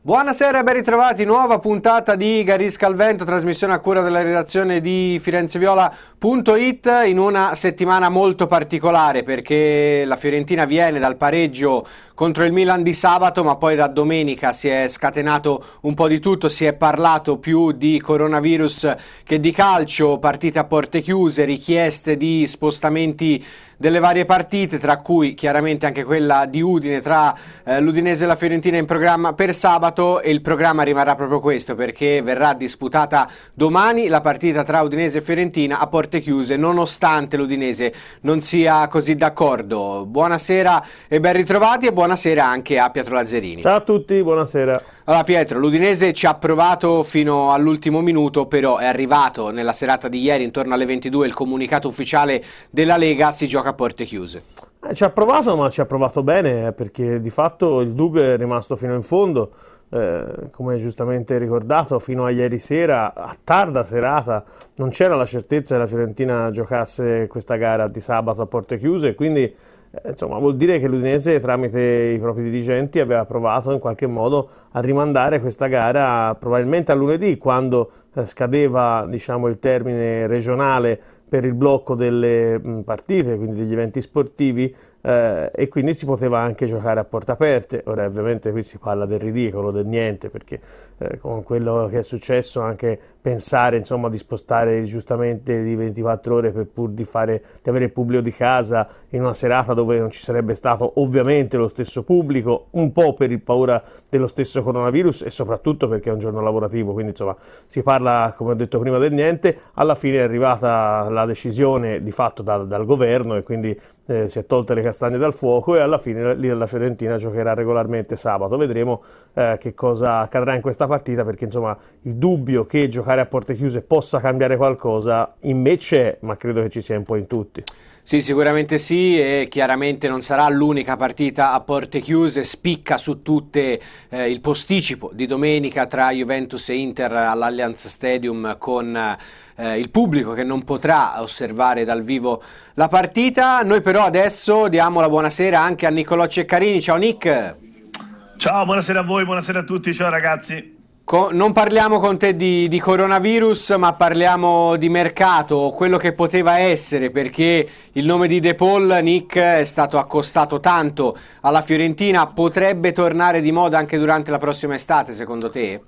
Buonasera e ben ritrovati, nuova puntata di Garisca al Vento, trasmissione a cura della redazione di Firenzeviola.it in una settimana molto particolare perché la Fiorentina viene dal pareggio contro il Milan di sabato, ma poi da domenica si è scatenato un po' di tutto, si è parlato più di coronavirus che di calcio, partite a porte chiuse, richieste di spostamenti delle varie partite, tra cui chiaramente anche quella di Udine tra l'Udinese e la Fiorentina in programma per sabato, e il programma rimarrà proprio questo perché verrà disputata domani la partita tra Udinese e Fiorentina a porte chiuse, nonostante l'Udinese non sia così d'accordo. Buonasera e ben ritrovati, e buonasera anche a Pietro Lazzerini. Ciao a tutti, buonasera. Allora Pietro, l'Udinese ci ha provato fino all'ultimo minuto, però è arrivato nella serata di ieri intorno alle 22 il comunicato ufficiale della Lega: si gioca a porte chiuse. Ci ha provato, ma ci ha provato bene, perché di fatto il dubbio è rimasto fino in fondo, come giustamente ricordato, fino a ieri sera, a tarda serata, non c'era la certezza che la Fiorentina giocasse questa gara di sabato a porte chiuse, quindi insomma vuol dire che l'Udinese tramite i propri dirigenti aveva provato in qualche modo a rimandare questa gara probabilmente a lunedì, quando scadeva, diciamo, il termine regionale per il blocco delle partite, quindi degli eventi sportivi, e quindi si poteva anche giocare a porte aperte. Ora ovviamente qui si parla del ridicolo, del niente, perché con quello che è successo anche pensare insomma di spostare giustamente di 24 ore per pur di avere il pubblico di casa in una serata dove non ci sarebbe stato ovviamente lo stesso pubblico, un po' per il paura dello stesso coronavirus e soprattutto perché è un giorno lavorativo, quindi insomma si parla, come ho detto prima, del niente. Alla fine è arrivata la decisione di fatto dal governo e quindi si è tolte le castagne dal fuoco, e alla fine la Fiorentina giocherà regolarmente sabato. Vedremo che cosa accadrà in questa partita, perché insomma il dubbio che giocare a porte chiuse possa cambiare qualcosa in me c'è, ma credo che ci sia un po' in tutti. Sì, sicuramente sì, e chiaramente non sarà l'unica partita a porte chiuse. Spicca su tutte il posticipo di domenica tra Juventus e Inter all'Allianz Stadium, con il pubblico che non potrà osservare dal vivo la partita. Noi però adesso diamo la buonasera anche a Niccolò Ceccarini. Ciao Nick. Ciao, buonasera a voi, buonasera a tutti, ciao ragazzi. Non parliamo con te di coronavirus, ma parliamo di mercato, quello che poteva essere, perché il nome di De Paul, Nick, è stato accostato tanto alla Fiorentina. Potrebbe tornare di moda anche durante la prossima estate, secondo te?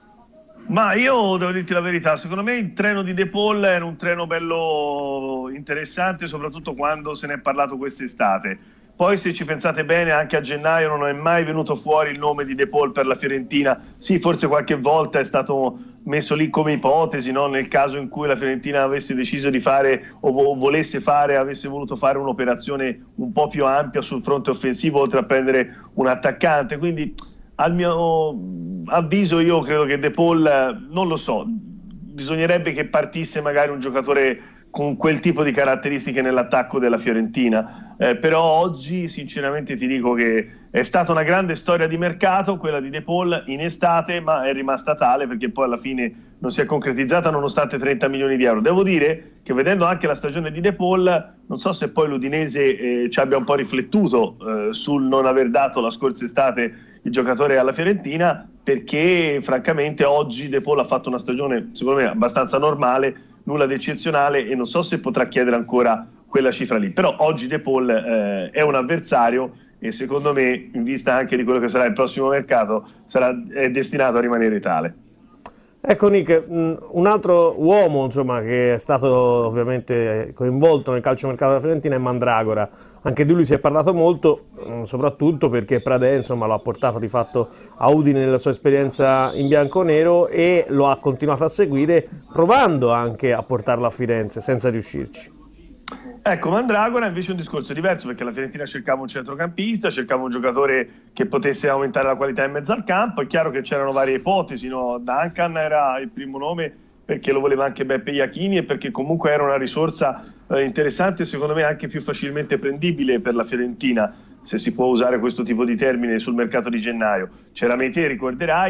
Ma io devo dirti la verità, secondo me il treno di De Paul era un treno bello interessante, soprattutto quando se ne è parlato quest'estate. Poi, se ci pensate bene, anche a gennaio non è mai venuto fuori il nome di De Paul per la Fiorentina. Sì, forse qualche volta è stato messo lì come ipotesi, no? Nel caso in cui la Fiorentina avesse deciso di fare o volesse fare, avesse voluto fare un'operazione un po' più ampia sul fronte offensivo, oltre a prendere un attaccante. Quindi, al mio avviso, io credo che De Paul, non lo so, bisognerebbe che partisse magari un giocatore con quel tipo di caratteristiche nell'attacco della Fiorentina, però oggi sinceramente ti dico che è stata una grande storia di mercato quella di De Paul in estate, ma è rimasta tale perché poi alla fine non si è concretizzata nonostante 30 milioni di euro. Devo dire che vedendo anche la stagione di De Paul, non so se poi l'Udinese ci abbia un po' riflettuto sul non aver dato la scorsa estate il giocatore alla Fiorentina, perché francamente oggi De Paul ha fatto una stagione secondo me abbastanza normale, nulla di eccezionale, e non so se potrà chiedere ancora quella cifra lì. Però oggi De Paul è un avversario e secondo me, in vista anche di quello che sarà il prossimo mercato, è destinato a rimanere tale. Ecco Nick, un altro uomo insomma che è stato ovviamente coinvolto nel calciomercato della Fiorentina è Mandragora. Anche di lui si è parlato molto, soprattutto perché Pradè insomma l'ha portato di fatto a Udine nella sua esperienza in bianconero e lo ha continuato a seguire, provando anche a portarlo a Firenze senza riuscirci. Ecco, Mandragora è invece un discorso diverso, perché la Fiorentina cercava un centrocampista, cercava un giocatore che potesse aumentare la qualità in mezzo al campo. È chiaro che c'erano varie ipotesi, no? Duncan era il primo nome perché lo voleva anche Beppe Iachini e perché comunque era una risorsa interessante, secondo me anche più facilmente prendibile per la Fiorentina, se si può usare questo tipo di termine, sul mercato di gennaio. C'era Meité, ricorderai,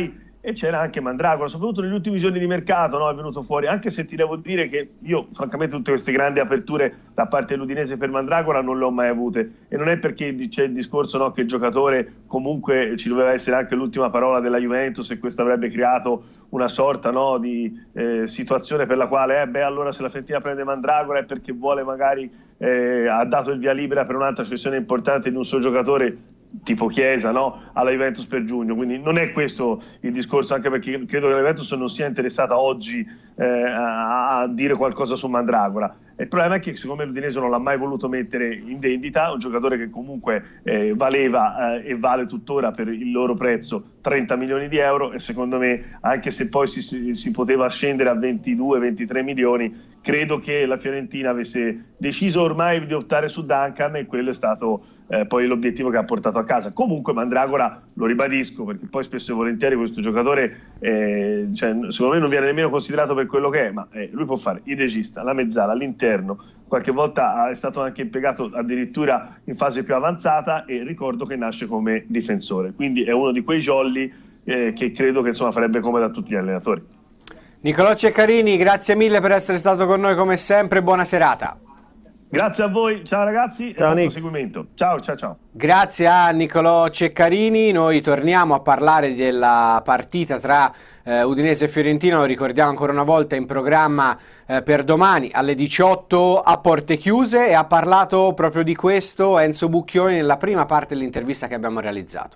e c'era anche Mandragora, soprattutto negli ultimi giorni di mercato, no? È venuto fuori, anche se ti devo dire che io francamente tutte queste grandi aperture da parte dell'Udinese per Mandragora non le ho mai avute, e non è perché c'è il discorso, no, che il giocatore comunque ci doveva essere anche l'ultima parola della Juventus e questo avrebbe creato una sorta, no, di situazione per la quale allora se la Fiorentina prende Mandragora è perché vuole magari ha dato il via libera per un'altra cessione importante di un suo giocatore tipo Chiesa, no, alla Juventus per giugno, quindi non è questo il discorso, anche perché credo che la Juventus non sia interessata oggi a dire qualcosa su Mandragora. Il problema è che secondo me l'Udinese non l'ha mai voluto mettere in vendita, un giocatore che comunque valeva e vale tuttora per il loro prezzo 30 milioni di euro, e secondo me anche se poi si poteva scendere a 22-23 milioni, credo che la Fiorentina avesse deciso ormai di optare su Duncan, e quello è stato poi l'obiettivo che ha portato a casa. Comunque Mandragora, lo ribadisco, perché poi spesso e volentieri questo giocatore secondo me non viene nemmeno considerato per quello che è, ma lui può fare il regista, la mezzala, l'interno, qualche volta è stato anche impiegato addirittura in fase più avanzata, e ricordo che nasce come difensore, quindi è uno di quei jolly che credo che farebbe comodo a tutti gli allenatori. Nicolò Ceccarini, grazie mille per essere stato con noi come sempre, buona serata. Grazie a voi, ciao ragazzi, ciao, e buon proseguimento. Ciao. Grazie a Nicolò Ceccarini. Noi torniamo a parlare della partita tra Udinese e Fiorentina, lo ricordiamo ancora una volta, in programma per domani alle 18 a porte chiuse, e ha parlato proprio di questo Enzo Bucchioni nella prima parte dell'intervista che abbiamo realizzato.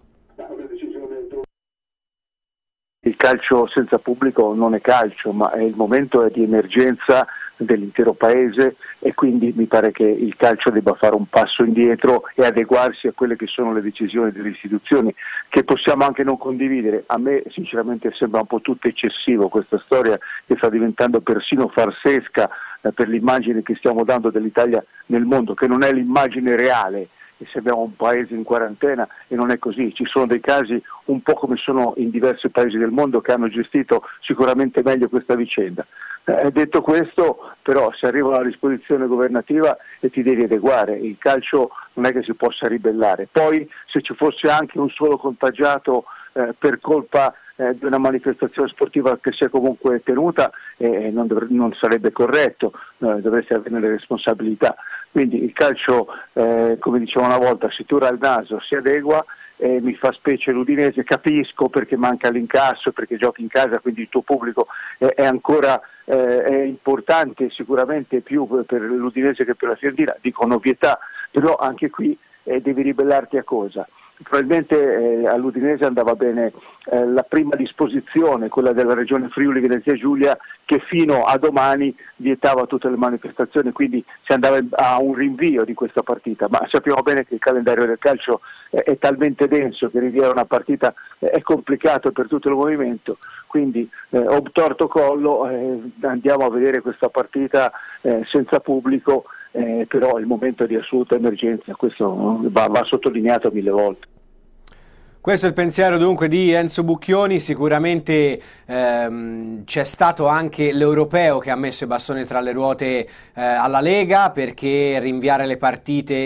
Il calcio senza pubblico non è calcio, ma il momento è di emergenza dell'intero paese, e quindi mi pare che il calcio debba fare un passo indietro e adeguarsi a quelle che sono le decisioni delle istituzioni, che possiamo anche non condividere. A me sinceramente sembra un po' tutto eccessivo questa storia, che sta diventando persino farsesca per l'immagine che stiamo dando dell'Italia nel mondo, che non è l'immagine reale. E se abbiamo un paese in quarantena, e non è così, ci sono dei casi un po' come sono in diversi paesi del mondo che hanno gestito sicuramente meglio questa vicenda. Detto questo, però, se arriva una disposizione governativa e ti devi adeguare, il calcio non è che si possa ribellare. Poi se ci fosse anche un solo contagiato per colpa di una manifestazione sportiva che sia comunque tenuta, non sarebbe corretto, dovreste avere le responsabilità. Quindi il calcio, come dicevo una volta, si tura il naso, si adegua. Mi fa specie l'Udinese, capisco perché manca l'incasso, perché giochi in casa, quindi il tuo pubblico è ancora è importante, sicuramente più per l'Udinese che per la Fiorentina, dico un'ovvietà, però anche qui devi ribellarti a cosa? Probabilmente all'Udinese andava bene la prima disposizione, quella della regione Friuli Venezia Giulia, che fino a domani vietava tutte le manifestazioni, quindi si andava a un rinvio di questa partita, ma sappiamo bene che il calendario del calcio è talmente denso che rinviare una partita è complicato per tutto il movimento, quindi obtorto collo andiamo a vedere questa partita senza pubblico. Però il momento di assoluta emergenza, questo va sottolineato 1000 volte. Questo è il pensiero dunque di Enzo Bucchioni. Sicuramente c'è stato anche l'europeo che ha messo i bastoni tra le ruote alla Lega, perché rinviare le partite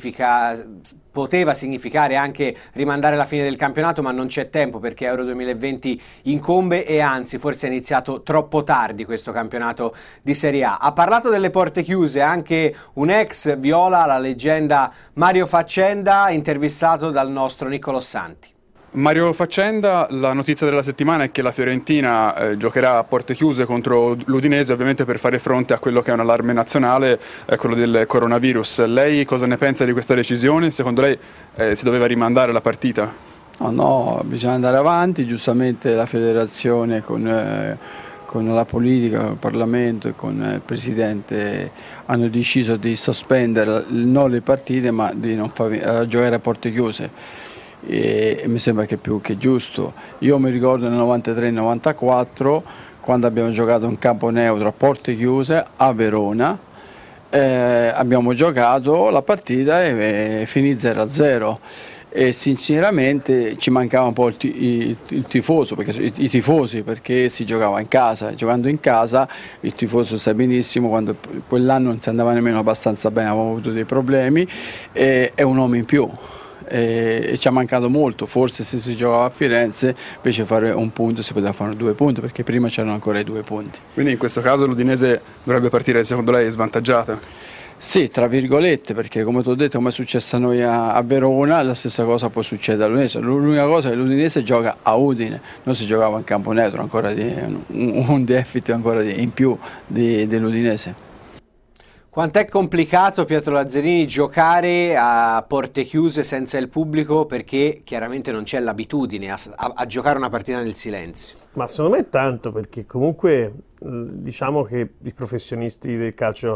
poteva significare anche rimandare la fine del campionato, ma non c'è tempo perché Euro 2020 incombe, e anzi forse è iniziato troppo tardi questo campionato di Serie A. Ha parlato delle porte chiuse anche un ex viola, la leggenda Mario Faccenda, intervistato dal nostro Niccolò Santi. Mario Faccenda, la notizia della settimana è che la Fiorentina giocherà a porte chiuse contro l'Udinese, ovviamente per fare fronte a quello che è un allarme nazionale, quello del coronavirus. Lei cosa ne pensa di questa decisione? Secondo lei si doveva rimandare la partita? No, bisogna andare avanti, giustamente la federazione con la politica, con il Parlamento e con il Presidente hanno deciso di sospendere non le partite, ma di non giocare a porte chiuse. E mi sembra che è più che giusto. Io mi ricordo nel 93-94 quando abbiamo giocato in campo neutro a porte chiuse a Verona, abbiamo giocato la partita e finì 0-0 e sinceramente ci mancava un po' il tifoso, i tifosi, perché si giocava in casa, giocando in casa il tifoso sa benissimo, quando quell'anno non si andava nemmeno abbastanza bene, avevamo avuto dei problemi, è un uomo in più. e ci ha mancato molto. Forse se si giocava a Firenze, invece fare un punto si poteva fare 2 punti, perché prima c'erano ancora i 2 punti. Quindi in questo caso l'Udinese dovrebbe partire, secondo lei, svantaggiata? Sì, tra virgolette, perché come ti ho detto, come è successo a noi a Verona, la stessa cosa può succedere all'Udinese. L'unica cosa è che l'Udinese gioca a Udine, noi si giocava in campo neutro, ancora un deficit ancora in più dell'Udinese. Quant'è complicato, Pietro Lazzarini, giocare a porte chiuse senza il pubblico, perché chiaramente non c'è l'abitudine a giocare una partita nel silenzio? Ma secondo me tanto, perché comunque diciamo che i professionisti del calcio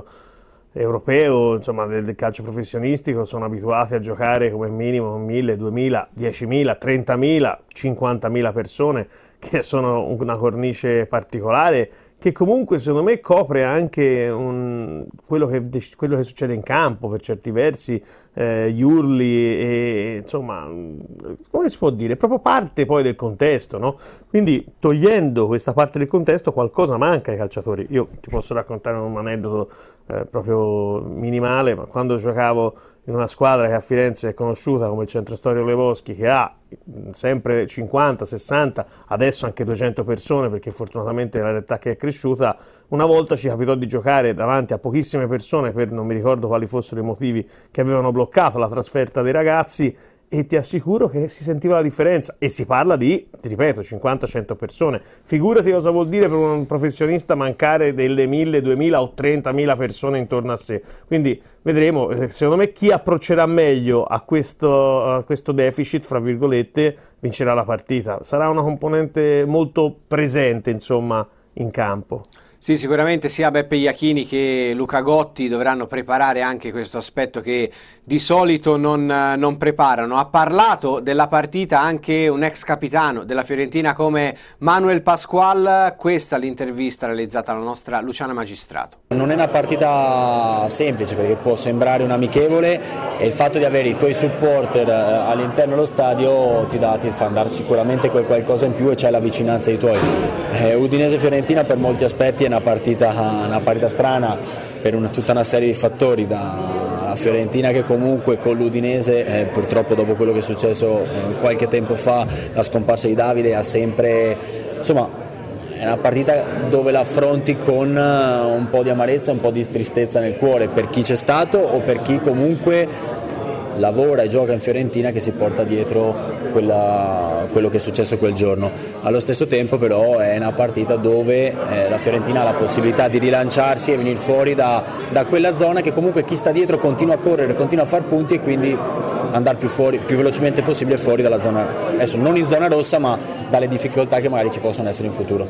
europeo, insomma del calcio professionistico, sono abituati a giocare come minimo 1000, 2000, 10.000, 30.000, 50.000 persone, che sono una cornice particolare, che comunque secondo me copre anche quello che succede in campo, per certi versi, gli urli e insomma, come si può dire, è proprio parte poi del contesto, no? Quindi togliendo questa parte del contesto qualcosa manca ai calciatori. Io ti posso raccontare un aneddoto proprio minimale, ma quando giocavo in una squadra che a Firenze è conosciuta come il Centro Storico Levoschi, che ha sempre 50, 60, adesso anche 200 persone, perché fortunatamente la realtà che è cresciuta, una volta ci capitò di giocare davanti a pochissime persone per non mi ricordo quali fossero i motivi che avevano bloccato la trasferta dei ragazzi, e ti assicuro che si sentiva la differenza, e si parla di, ti ripeto, 50-100 persone. Figurati cosa vuol dire per un professionista mancare delle 1000, 2000 o 30.000 persone intorno a sé. Quindi vedremo, secondo me chi approccerà meglio a questo deficit, fra virgolette, vincerà la partita. Sarà una componente molto presente, insomma, in campo. Sì, sicuramente sia Beppe Iachini che Luca Gotti dovranno preparare anche questo aspetto che di solito non preparano. Ha parlato della partita anche un ex capitano della Fiorentina come Manuel Pasqual. Questa è l'intervista realizzata dalla nostra Luciana Magistrato. Non è una partita semplice, perché può sembrare un amichevole, e il fatto di avere i tuoi supporter all'interno dello stadio ti fa andare sicuramente qualcosa in più, e c'è la vicinanza dei tuoi. Udinese-Fiorentina per molti aspetti è una partita strana per tutta una serie di fattori, da Fiorentina che comunque con l'Udinese purtroppo dopo quello che è successo qualche tempo fa, la scomparsa di Davide, ha sempre, insomma, è una partita dove la affronti con un po' di amarezza, un po' di tristezza nel cuore, per chi c'è stato o per chi comunque lavora e gioca in Fiorentina, che si porta dietro quello che è successo quel giorno. Allo stesso tempo però è una partita dove la Fiorentina ha la possibilità di rilanciarsi e venire fuori da quella zona, che comunque chi sta dietro continua a correre, continua a far punti, e quindi andare più velocemente possibile fuori dalla zona, adesso non in zona rossa, ma dalle difficoltà che magari ci possono essere in futuro.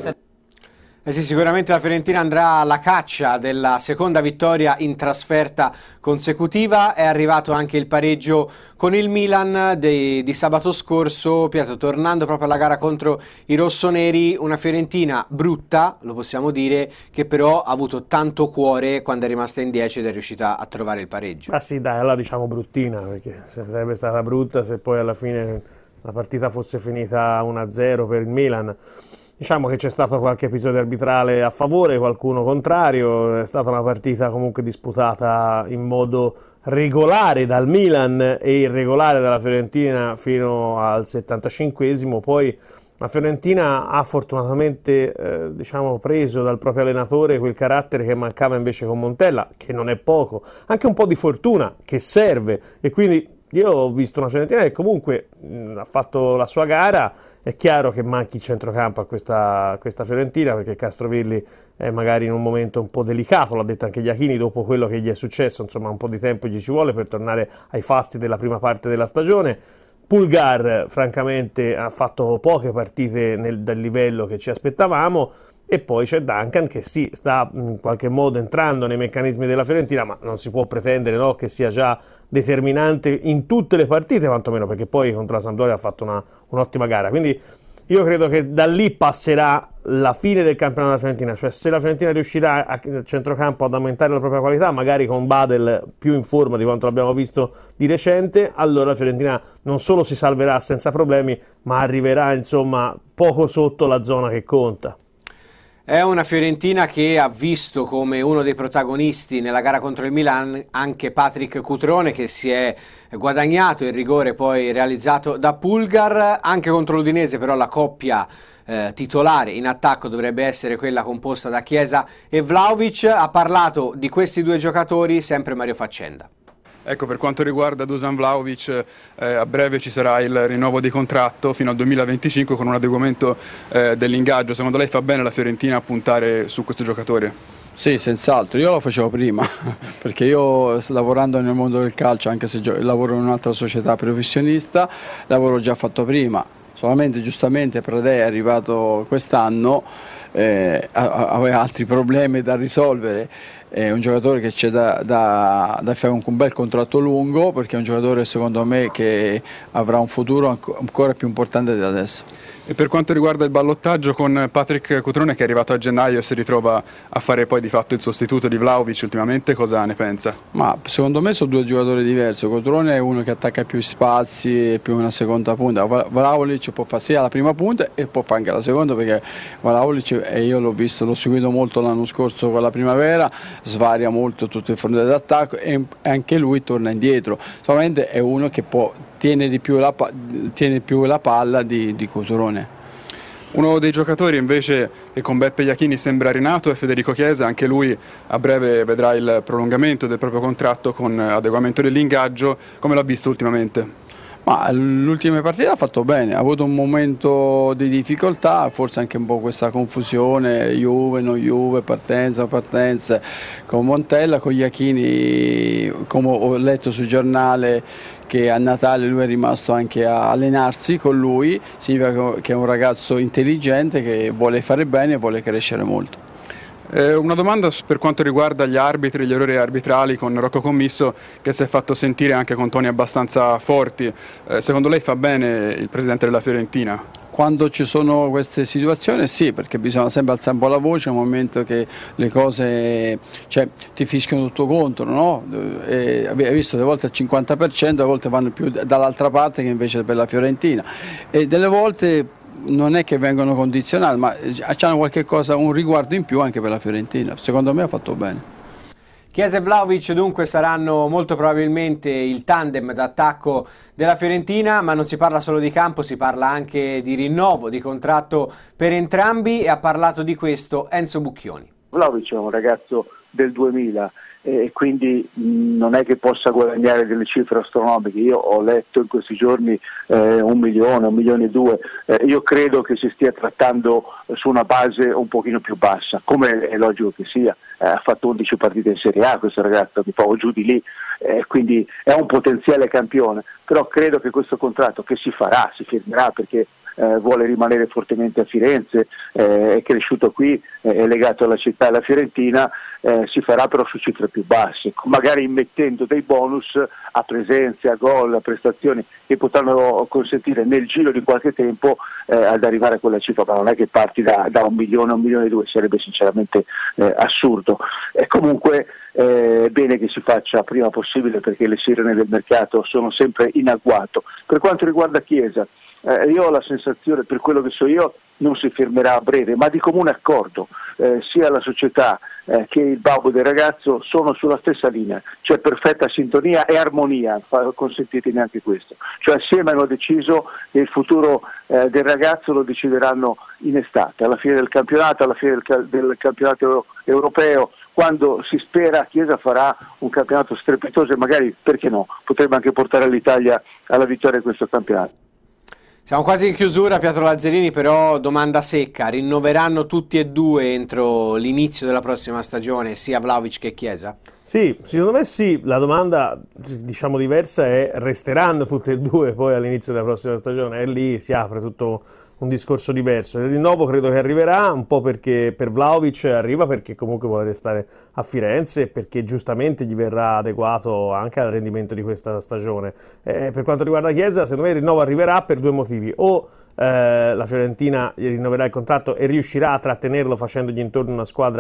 Sì, sicuramente la Fiorentina andrà alla caccia della seconda vittoria in trasferta consecutiva. È arrivato anche il pareggio con il Milan di sabato scorso. Pietro, tornando proprio alla gara contro i rossoneri, una Fiorentina brutta, lo possiamo dire, che però ha avuto tanto cuore quando è rimasta in 10 ed è riuscita a trovare il pareggio. Ah sì, dai, allora diciamo bruttina, perché sarebbe stata brutta se poi alla fine la partita fosse finita 1-0 per il Milan. Diciamo che c'è stato qualche episodio arbitrale a favore, qualcuno contrario, è stata una partita comunque disputata in modo regolare dal Milan e irregolare dalla Fiorentina fino al 75esimo, poi la Fiorentina ha fortunatamente preso dal proprio allenatore quel carattere che mancava invece con Montella, che non è poco, anche un po' di fortuna che serve, e quindi io ho visto una Fiorentina che comunque ha fatto la sua gara. È chiaro che manchi il centrocampo a questa Fiorentina, perché Castrovilli è magari in un momento un po' delicato, l'ha detto anche Iachini, dopo quello che gli è successo, insomma un po' di tempo gli ci vuole per tornare ai fasti della prima parte della stagione. Pulgar francamente ha fatto poche partite del livello che ci aspettavamo, e poi c'è Duncan che sì, sta in qualche modo entrando nei meccanismi della Fiorentina, ma non si può pretendere, no, che sia già determinante in tutte le partite, quantomeno, perché poi contro la Sampdoria ha fatto un'ottima gara. Quindi io credo che da lì passerà la fine del campionato della Fiorentina, cioè se la Fiorentina riuscirà al centrocampo ad aumentare la propria qualità, magari con Badel più in forma di quanto l'abbiamo visto di recente, allora la Fiorentina non solo si salverà senza problemi, ma arriverà insomma poco sotto la zona che conta. È una Fiorentina che ha visto come uno dei protagonisti nella gara contro il Milan anche Patrick Cutrone, che si è guadagnato il rigore poi realizzato da Pulgar. Anche contro l'Udinese però la coppia titolare in attacco dovrebbe essere quella composta da Chiesa e Vlahovic. Ha parlato di questi due giocatori sempre Mario Faccenda. Ecco, per quanto riguarda Dusan Vlahovic, a breve ci sarà il rinnovo di contratto fino al 2025 con un adeguamento dell'ingaggio. Secondo lei fa bene la Fiorentina a puntare su questo giocatore? Sì, senz'altro, io lo facevo prima, perché io lavorando nel mondo del calcio, anche se lavoro in un'altra società professionista, lavoro già fatto prima. Solamente giustamente Pradè è arrivato quest'anno, aveva altri problemi da risolvere. È un giocatore che c'è da fare un bel contratto lungo, perché è un giocatore secondo me che avrà un futuro ancora più importante di adesso. E per quanto riguarda il ballottaggio con Patrick Cutrone, che è arrivato a gennaio e si ritrova a fare poi di fatto il sostituto di Vlahovic ultimamente, cosa ne pensa? Ma secondo me sono due giocatori diversi. Cutrone è uno che attacca più spazi, più una seconda punta. Vlahovic può fare sia la prima punta e può fare anche la seconda, perché Vlahovic, e io l'ho visto, l'ho seguito molto l'anno scorso con la primavera, svaria molto tutto il fronte d'attacco e anche lui torna indietro. Solamente è uno che tiene più la palla di Cutrone. Uno dei giocatori invece che con Beppe Iachini sembra rinato è Federico Chiesa. Anche lui a breve vedrà il prolungamento del proprio contratto con adeguamento dell'ingaggio. Come l'ha visto ultimamente? Ma l'ultima partita ha fatto bene, ha avuto un momento di difficoltà, forse anche un po' questa confusione, Juve, non Juve, partenza, con Montella, con Iachini, come ho letto sul giornale che a Natale lui è rimasto anche a allenarsi con lui, significa che è un ragazzo intelligente che vuole fare bene e vuole crescere molto. Una domanda per quanto riguarda gli arbitri, gli errori arbitrali con Rocco Commisso, che si è fatto sentire anche con toni abbastanza forti. Secondo lei fa bene il presidente della Fiorentina? Quando ci sono queste situazioni sì, perché bisogna sempre alzare un po' la voce nel momento che le cose ti fischiano tutto contro, no? Hai visto, delle volte al 50%, a volte vanno più dall'altra parte che invece per la Fiorentina, e delle volte non è che vengono condizionati, ma hanno qualche cosa, un riguardo in più anche per la Fiorentina. Secondo me ha fatto bene. Chiesa e Vlahovic dunque saranno molto probabilmente il tandem d'attacco della Fiorentina, ma non si parla solo di campo, si parla anche di rinnovo di contratto per entrambi, e ha parlato di questo Enzo Bucchioni. Vlahovic è un ragazzo del 2000 e quindi non è che possa guadagnare delle cifre astronomiche. Io ho letto in questi giorni 1 milione, 1,2 milioni. Io credo che si stia trattando su una base un pochino più bassa, come è logico che sia. Ha fatto 11 partite in Serie A questo ragazzo, mi trovo giù di lì, quindi è un potenziale campione, però credo che questo contratto che si firmerà perché vuole rimanere fortemente a Firenze, è cresciuto qui, è legato alla città, alla Fiorentina, si farà però su cifre più basse, magari immettendo dei bonus a presenze, a gol, a prestazioni che potranno consentire nel giro di qualche tempo ad arrivare a quella cifra, ma non è che parti da 1 milione, 1,2 milioni, sarebbe sinceramente assurdo. E comunque bene che si faccia prima possibile, perché le sirene del mercato sono sempre in agguato. Per quanto riguarda Chiesa, io ho la sensazione, per quello che so io, non si fermerà a breve, ma di comune accordo, sia la società che il babbo del ragazzo sono sulla stessa linea, c'è perfetta sintonia e armonia, consentitemi anche questo, cioè assieme hanno deciso che il futuro del ragazzo lo decideranno in estate, alla fine del campionato, alla fine del campionato europeo, quando si spera Chiesa farà un campionato strepitoso e magari, perché no, potrebbe anche portare l'Italia alla vittoria in questo campionato. Siamo quasi in chiusura, Pietro Lazzarini, però domanda secca: rinnoveranno tutti e due entro l'inizio della prossima stagione, sia Vlahovic che Chiesa? Sì, secondo me sì. La domanda, diciamo, diversa è: resteranno tutti e due poi all'inizio della prossima stagione? E lì si apre tutto un discorso diverso. Il rinnovo credo che arriverà, un po' perché per Vlahovic arriva perché comunque vuole restare a Firenze e perché giustamente gli verrà adeguato anche al rendimento di questa stagione. Per quanto riguarda Chiesa, secondo me il rinnovo arriverà per due motivi: o la Fiorentina gli rinnoverà il contratto e riuscirà a trattenerlo facendogli intorno una squadra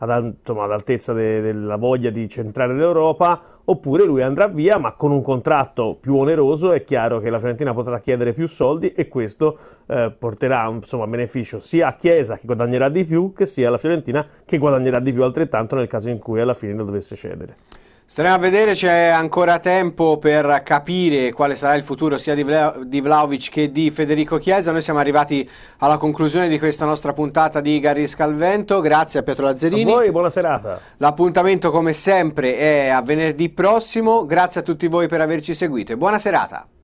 all'altezza della voglia di centrare l'Europa, oppure lui andrà via, ma con un contratto più oneroso. È chiaro che la Fiorentina potrà chiedere più soldi e questo porterà beneficio sia a Chiesa, che guadagnerà di più, che sia alla Fiorentina, che guadagnerà di più altrettanto nel caso in cui alla fine lo dovesse cedere. Staremo a vedere, c'è ancora tempo per capire quale sarà il futuro sia di Vlahovic che di Federico Chiesa. Noi siamo arrivati alla conclusione di questa nostra puntata di Garisca al Vento. Grazie a Pietro Lazzarini. A voi, buona serata. L'appuntamento come sempre è a venerdì prossimo. Grazie a tutti voi per averci seguito e buona serata.